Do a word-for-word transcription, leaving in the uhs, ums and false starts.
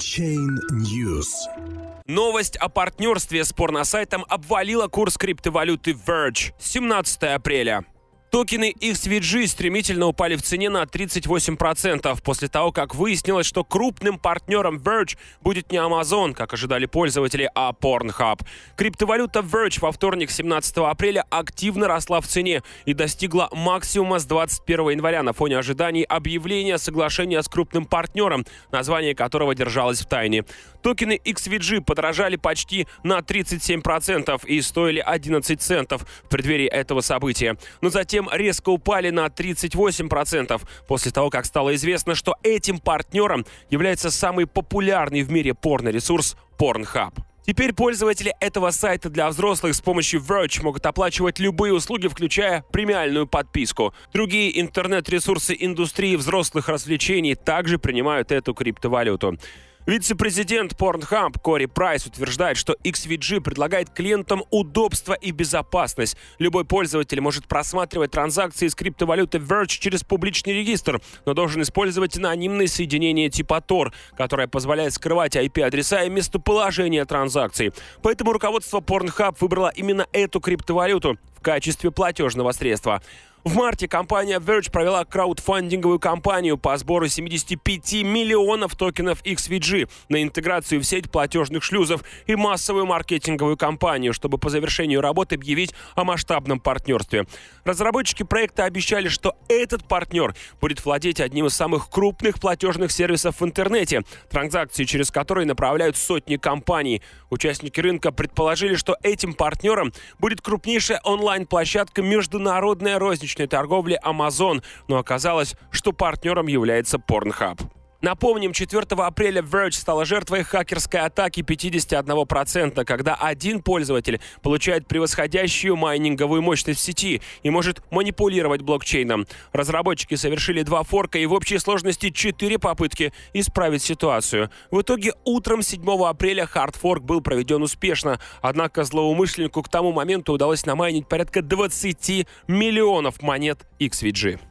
Chain News. Новость о партнерстве с порносайтом обвалила курс криптовалюты Verge. семнадцатого апреля. Токены икс ви джи стремительно упали в цене на тридцать восемь процентов после того, как выяснилось, что крупным партнером Verge будет не Amazon, как ожидали пользователи, а Pornhub. Криптовалюта Verge во вторник, семнадцатого апреля, активно росла в цене и достигла максимума с двадцать первого января на фоне ожиданий объявления соглашения с крупным партнером, название которого держалось в тайне. Токены икс ви джи подорожали почти на тридцать семь процентов и стоили одиннадцать центов в преддверии этого события. Но затем резко упали на тридцать восемь процентов после того, как стало известно, что этим партнером является самый популярный в мире порно-ресурс Pornhub. Теперь пользователи этого сайта для взрослых с помощью Verge могут оплачивать любые услуги, включая премиальную подписку. Другие интернет-ресурсы индустрии взрослых развлечений также принимают эту криптовалюту. Вице-президент Pornhub Кори Прайс утверждает, что икс ви джи предлагает клиентам удобство и безопасность. Любой пользователь может просматривать транзакции с криптовалютой Verge через публичный регистр, но должен использовать анонимное соединение типа Tor, которое позволяет скрывать ай пи-адреса и местоположение транзакций. Поэтому руководство Pornhub выбрало именно эту криптовалюту в качестве платежного средства. В марте компания Verge провела краудфандинговую кампанию по сбору семьдесят пять миллионов токенов икс ви джи на интеграцию в сеть платежных шлюзов и массовую маркетинговую кампанию, чтобы по завершению работы объявить о масштабном партнерстве. Разработчики проекта обещали, что этот партнер будет владеть одним из самых крупных платежных сервисов в интернете, транзакции через которые направляют сотни компаний. Участники рынка предположили, что этим партнером будет крупнейшая онлайн-площадка международная розничная торговли Amazon, но оказалось, что партнером является Pornhub. Напомним, четвертого апреля Verge стала жертвой хакерской атаки пятьдесят один процент, когда один пользователь получает превосходящую майнинговую мощность в сети и может манипулировать блокчейном. Разработчики совершили два форка и в общей сложности четыре попытки исправить ситуацию. В итоге утром седьмого апреля хардфорк был проведен успешно, однако злоумышленнику к тому моменту удалось намайнить порядка двадцать миллионов монет икс ви джи.